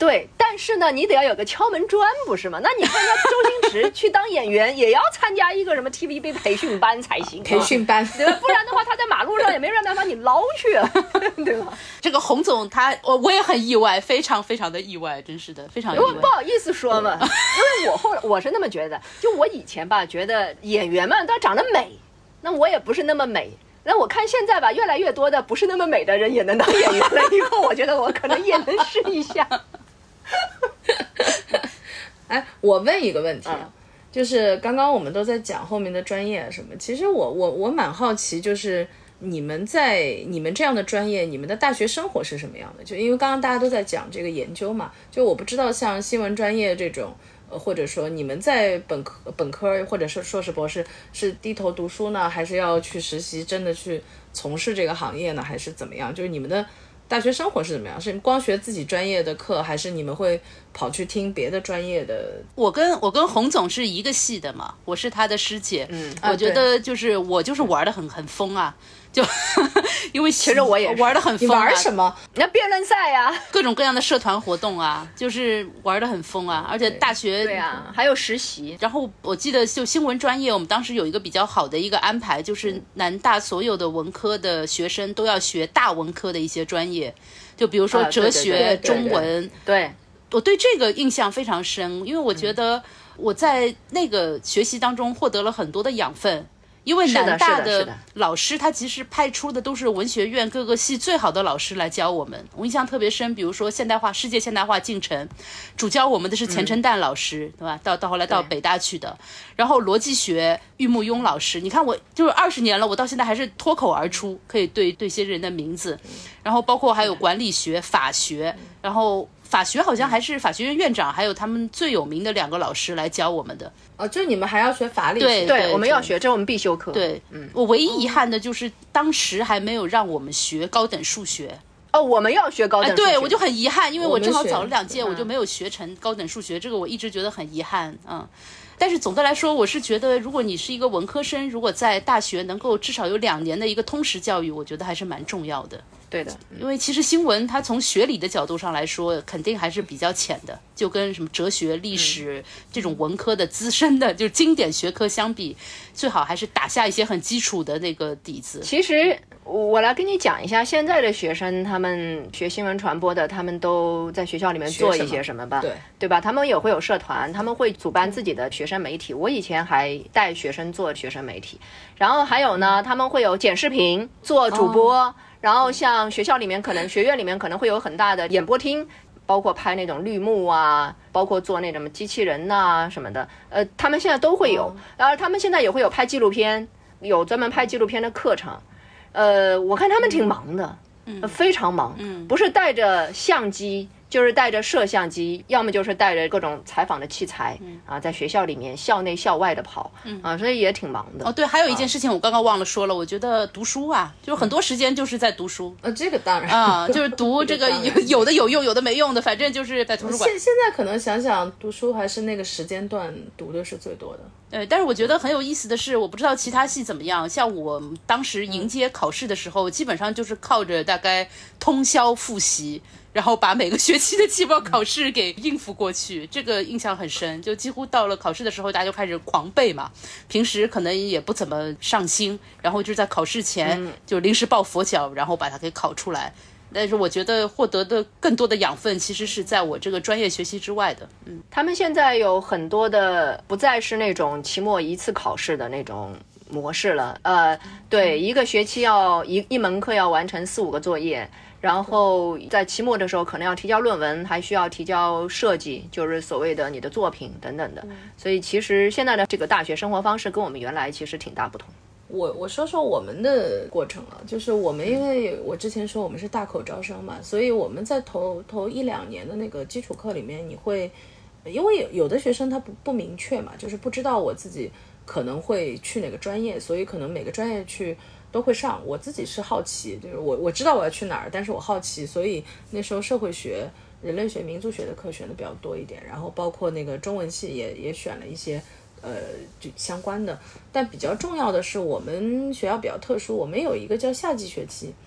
对，但是呢，你得要有个敲门砖，不是吗？那你看人家周星驰去当演员，也要参加一个什么 T V B 培训班才行、啊， 培训班， 对吧？不然的话，他在马路上也没人能把你捞去，对吧？ 这个洪总他，我我也很意外，非常非常的意外，真是的，非常意外。 不好意思说嘛，因为我后来我是那么觉得，就我以前吧，觉得演员们都长得美，那我也不是那么美。那我看现在吧，越来越多的不是那么美的人也能当演员了，以后我觉得我可能也能试一下。 哎，我问一个问题啊， 嗯、 就是刚刚我们都在讲后面的专业什么，其实我我我蛮好奇，就是你们在你们这样的专业，你们的大学生活是什么样的？就因为刚刚大家都在讲这个研究嘛，就我不知道像新闻专业这种。或者说你们在本科本科或者是硕士博士是低头读书呢，还是要去实习，真的去从事这个行业呢，还是怎么样？就是你们的大学生活是怎么样？是光学自己专业的课，还是你们会跑去听别的专业的？ 我跟我跟洪总是一个系的嘛，我是他的师姐。 嗯， 我觉得就是我就是玩的很很疯啊。就因为其实我也玩的很疯、啊， 你玩什么？ 那辩论赛呀、啊， 各种各样的社团活动啊，就是玩的很疯啊。而且大学对啊，还有实习。 然后我记得就新闻专业，我们当时有一个比较好的一个安排，就是南大所有的文科的学生都要学大文科的一些专业，就比如说哲学、 啊、对对对中文。 对， 我对这个印象非常深，因为我觉得我在那个学习当中获得了很多的养分。因为南大的老师他其实派出的都是文学院各个系最好的老师来教我们，我印象特别深。比如说现代化世界现代化进程，主教我们的是钱承旦老师、嗯、对吧？到到后来到北大去的。然后逻辑学郁慕庸老师，你看我就是二十年了，我到现在还是脱口而出可以对对些人的名字。然后包括还有管理学、法学，然后法学好像还是法学院院长还有他们最有名的两个老师来教我们的。 哦，就你们还要学法理学？ 对对，我们要学，这是我们必修课。 对，嗯，我唯一遗憾的就是当时还没有让我们学高等数学。 哦，我们要学高等数学、 哎、对，我就很遗憾，因为我正好早了两届， 我, 我就没有学成高等数学，这个我一直觉得很遗憾。嗯，但是总的来说，我是觉得，如果你是一个文科生，如果在大学能够至少有两年的一个通识教育，我觉得还是蛮重要的。 对的， 因为其实新闻它从学理的角度上来说，肯定还是比较浅的，就跟什么哲学、历史、嗯、这种文科的资深的，就是经典学科相比，最好还是打下一些很基础的那个底子。 其实我来跟你讲一下，现在的学生他们学新闻传播的，他们都在学校里面做一些什么吧？ 对对吧？他们也会有社团，他们会主办自己的学生媒体。我以前还带学生做学生媒体，然后还有呢，他们会有剪视频、做主播。哦，然后像学校里面可能学院里面可能会有很大的演播厅，包括拍那种绿幕啊，包括做那种机器人呐、啊、什么的，呃，他们现在都会有。然后他们现在也会有拍纪录片，有专门拍纪录片的课程。呃，我看他们挺忙的， 嗯， 非常忙， 嗯， 不是带着相机，就是带着摄像机，要么就是带着各种采访的器材， 嗯啊，在学校里面校内校外的跑， 嗯啊，所以也挺忙的。 哦，对，还有一件事情我刚刚忘了说了，我觉得读书啊，就很多时间就是在读书。 呃，这个当然啊，就是读这个有有的有用，有的没用的，反正就是在图书馆。 现现在可能想想，读书还是那个时间段读的是最多的。 对，但是我觉得很有意思的是，我不知道其他系怎么样。像我当时迎接考试的时候，嗯、基本上就是靠着大概通宵复习，然后把每个学期的期末考试给应付过去，这个印象很深。就几乎到了考试的时候，大家就开始狂背嘛。平时可能也不怎么上心，然后就在考试前就临时抱佛脚，然后把它给考出来。但是我觉得获得的更多的养分其实是在我这个专业学习之外的。嗯， 他们现在有很多的不再是那种期末一次考试的那种模式了。呃，对，一个学期要一一门课要完成四五个作业，然后在期末的时候可能要提交论文，还需要提交设计，就是所谓的你的作品等等的。所以其实现在的这个大学生活方式跟我们原来其实挺大不同。 我我说说我们的过程了，就是我们因为我之前说我们是大口招生嘛，所以我们在头头一两年的那个基础课里面，你会因为有有的学生他不不明确嘛，就是不知道我自己可能会去哪个专业，所以可能每个专业去都会上。我自己是好奇，就是我我知道我要去哪儿，但是我好奇，所以那时候社会学、人类学、民族学的课选的比较多一点，然后包括那个中文系也也选了一些。呃，就相关的，但比较重要的是，我们学校比较特殊，我们有一个叫夏季学期，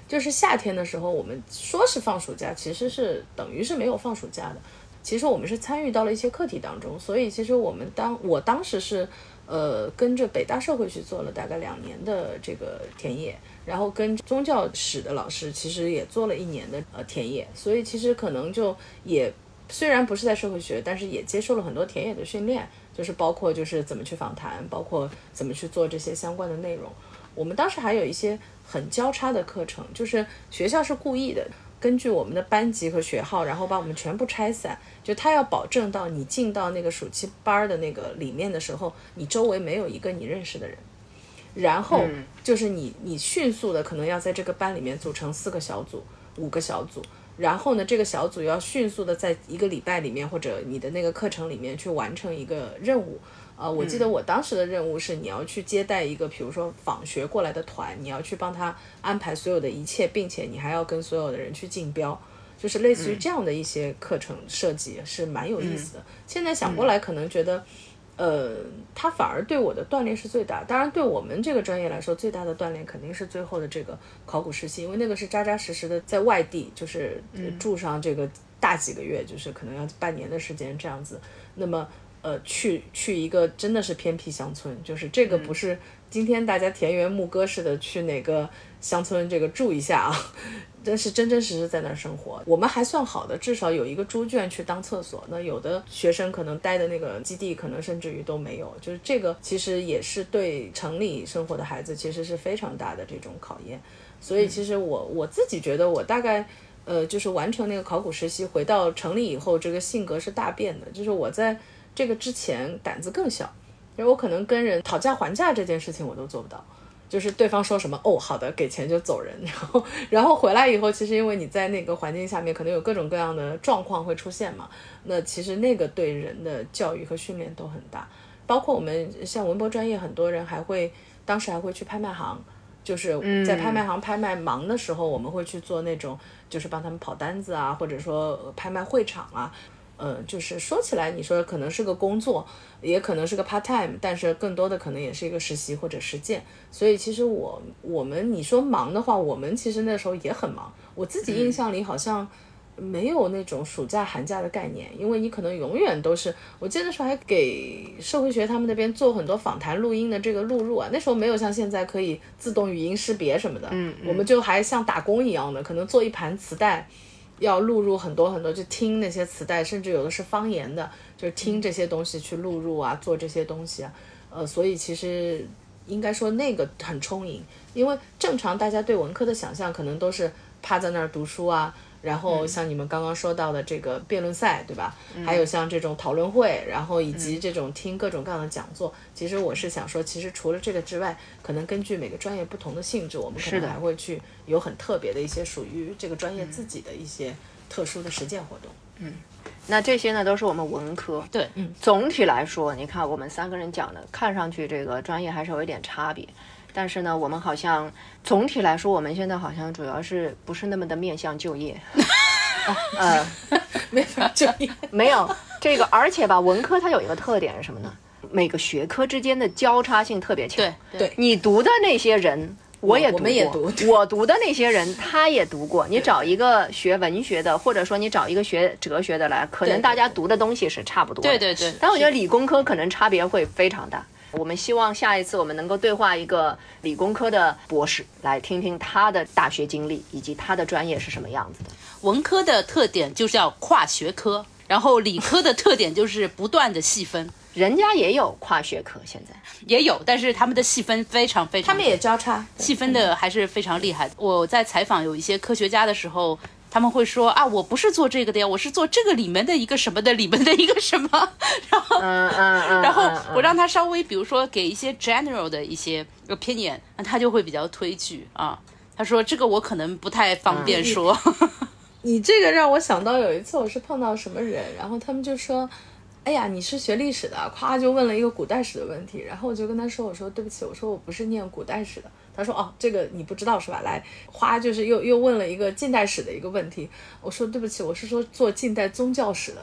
就是夏天的时候我们说是放暑假，其实是等于是没有放暑假的，其实我们是参与到了一些课题当中，所以其实我们当我当时是呃跟着北大社会学做了大概两年的这个田野，然后跟宗教史的老师其实也做了一年的呃田野，所以其实可能就也虽然不是在社会学，但是也接受了很多田野的训练，就是包括就是怎么去访谈，包括怎么去做这些相关的内容。我们当时还有一些很交叉的课程，就是学校是故意的根据我们的班级和学号，然后把我们全部拆散，就他要保证到你进到那个暑期班的那个里面的时候，你周围没有一个你认识的人，然后就是你你迅速的可能要在这个班里面组成四个小组五个小组，然后呢这个小组要迅速的在一个礼拜里面或者你的那个课程里面去完成一个任务。呃，我记得我当时的任务是你要去接待一个比如说访学过来的团，你要去帮他安排所有的一切，并且你还要跟所有的人去竞标，就是类似于这样的一些课程设计是蛮有意思的。现在想过来可能觉得呃，它反而对我的锻炼是最大，当然对我们这个专业来说最大的锻炼肯定是最后的这个考古实习，因为那个是扎扎实实的在外地就是住上这个大几个月，就是可能要半年的时间这样子，那么呃，去去一个真的是偏僻乡村，就是这个不是今天大家田园牧歌似的去哪个乡村这个住一下啊，但是真真实实在那儿生活。我们还算好的，至少有一个猪圈去当厕所，那有的学生可能待的那个基地可能甚至于都没有，就是这个其实也是对城里生活的孩子其实是非常大的这种考验。所以其实我我自己觉得我大概呃就是完成那个考古实习回到城里以后，这个性格是大变的，就是我在这个之前胆子更小，因为我可能跟人讨价还价这件事情我都做不到，就是对方说什么哦好的给钱就走人，然后然后回来以后，其实因为你在那个环境下面可能有各种各样的状况会出现嘛，那其实那个对人的教育和训练都很大。包括我们像文博专业很多人还会当时还会去拍卖行，就是在拍卖行拍卖忙的时候，我们会去做那种就是帮他们跑单子啊，或者说拍卖会场啊。呃，就是说起来你说可能是个工作，也可能是个 part time， 但是更多的可能也是一个实习或者实践。所以其实我我们你说忙的话，我们其实那时候也很忙。我自己印象里好像没有那种暑假寒假的概念，因为你可能永远都是，我记得那时候还给社会学他们那边做很多访谈录音的这个录入啊，那时候没有像现在可以自动语音识别什么的， 嗯嗯我们就还像打工一样的，可能做一盘磁带要录入很多很多，就听那些磁带，甚至有的是方言的，就是听这些东西去录入啊，做这些东西啊，呃，所以其实应该说那个很充盈，因为正常大家对文科的想象可能都是趴在那儿读书啊，然后像你们刚刚说到的这个辩论赛，对吧？嗯、还有像这种讨论会，然后以及这种听各种各样的讲座。嗯、其实我是想说，其实除了这个之外，可能根据每个专业不同的性质，我们可能还会去有很特别的一些属于这个专业自己的一些特殊的实践活动。 嗯，那这些呢都是我们文科。 对， 嗯，总体来说，你看我们三个人讲的，看上去这个专业还是有一点差别。但是呢，我们好像总体来说，我们现在好像主要是不是那么的面向就业，呃， 没法就业， 没有这个，而且吧，文科它有一个特点是什么呢？每个学科之间的交叉性特别强。 对对， 你读的那些人，我也读过， 我们也读， 我读的那些人他也读过。你找一个学文学的，或者说你找一个学哲学的来，可能大家读的东西是差不多的。 对对对。 但我觉得理工科可能差别会非常大。我们希望下一次我们能够对话一个理工科的博士，来听听他的大学经历以及他的专业是什么样子的。 文科的特点就是要跨学科，然后理科的特点就是不断的细分。 人家也有跨学科，现在也有，但是他们的细分非常非常， 他们也交叉， 细分的还是非常厉害的。我在采访有一些科学家的时候，他们会说啊，我不是做这个的呀，我是做这个里面的一个什么的里面的一个什么，然后， 嗯嗯嗯， 然后我让他稍微，比如说给一些 general 的一些 opinion， 那他就会比较推举啊。他说这个我可能不太方便说。 嗯、你这个让我想到有一次我是碰到什么人，然后他们就说，哎呀，你是学历史的，夸就问了一个古代史的问题，然后我就跟他说，我说对不起，我说我不是念古代史的。他说哦，这个你不知道是吧？来，花就是又又问了一个近代史的一个问题。我说对不起，我是说做近代宗教史的。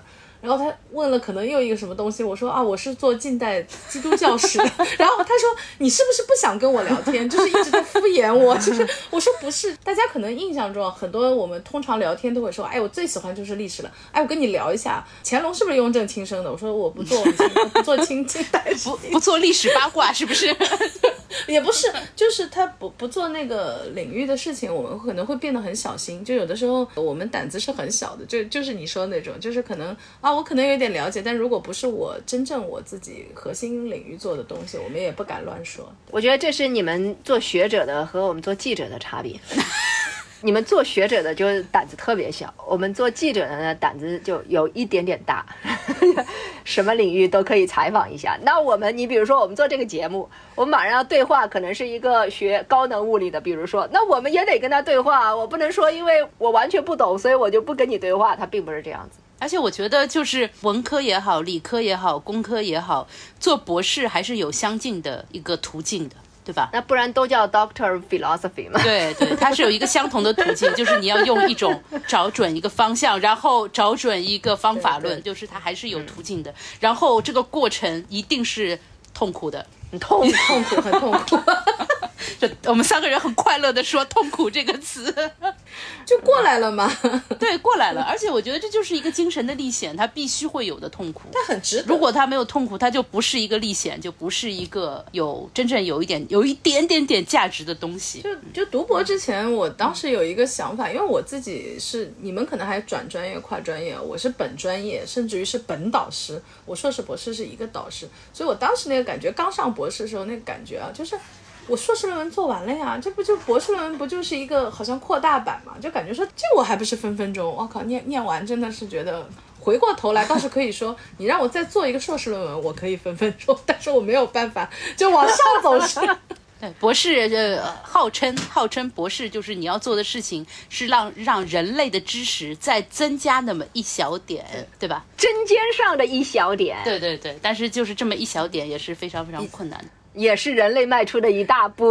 然后他问了可能又一个什么东西，我说啊，我是做近代基督教史的，然后他说你是不是不想跟我聊天，就是一直在敷衍我，就是我说不是，大家可能印象中很多我们通常聊天都会说，哎，我最喜欢就是历史了，哎，我跟你聊一下乾隆是不是雍正亲生的，我说我不做不做清近代史， 不不做历史八卦是不是？ 也不是，就是他不不做那个领域的事情，我们可能会变得很小心。就有的时候我们胆子是很小的，就就是你说的那种，就是可能啊，我可能有点了解，但如果不是我真正我自己核心领域做的东西，我们也不敢乱说。 我觉得这是你们做学者的和我们做记者的差别。你们做学者的就胆子特别小，我们做记者的呢胆子就有一点点大，什么领域都可以采访一下。那我们，你比如说我们做这个节目，我们马上要对话，可能是一个学高能物理的，比如说，那我们也得跟他对话，我不能说因为我完全不懂，所以我就不跟你对话，他并不是这样子。 而且我觉得就是文科也好，理科也好，工科也好，做博士还是有相近的一个途径的。对吧？ 那不然都叫 Doctor Philosophy 嘛？ 对对，它是有一个相同的途径，就是你要用一种找准一个方向，然后找准一个方法论，就是它还是有途径的。然后这个过程一定是痛苦的， 很痛痛苦，很痛苦。 就我们三个人很快乐的说痛苦这个词， 就过来了嘛。 对，过来了。而且我觉得这就是一个精神的历险，它必须会有的痛苦。 它很值得。 如果它没有痛苦，它就不是一个历险，就不是一个有真正有一点有一点点点价值的东西。 就就读博之前，我当时有一个想法，因为我自己是你们可能还转专业跨专业，我是本专业，甚至于是本导师，我硕士博士是一个导师，所以我当时那个感觉，刚上博士的时候那个感觉啊，就是我硕士论文做完了呀，这不就博士论文不就是一个好像扩大版嘛？就感觉说这我还不是分分钟，我靠，念念完真的是觉得回过头来倒是可以说，你让我再做一个硕士论文，我可以分分钟，但是我没有办法就往上走是。 对，博士呃，号称号称博士就是你要做的事情是让让人类的知识再增加那么一小点， 对, 对吧？ 针尖上的一小点。 对对对，但是就是这么一小点也是非常非常困难的， 也是人类迈出的一大步。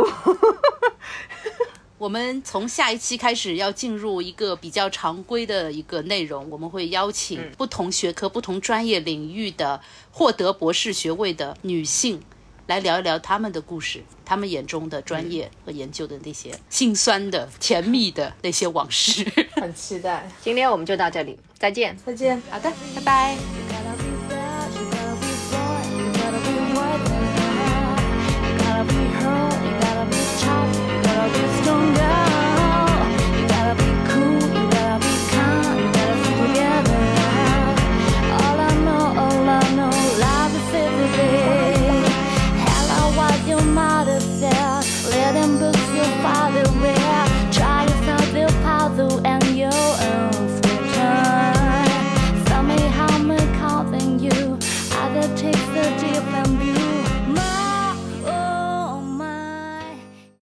我们从下一期开始要进入一个比较常规的一个内容，我们会邀请不同学科、嗯、不同专业领域的获得博士学位的女性来聊一聊他们的故事，他们眼中的专业和研究的那些辛酸的、甜蜜的那些往事。 很期待。 今天我们就到这里，再见。 再见。 好的，拜拜。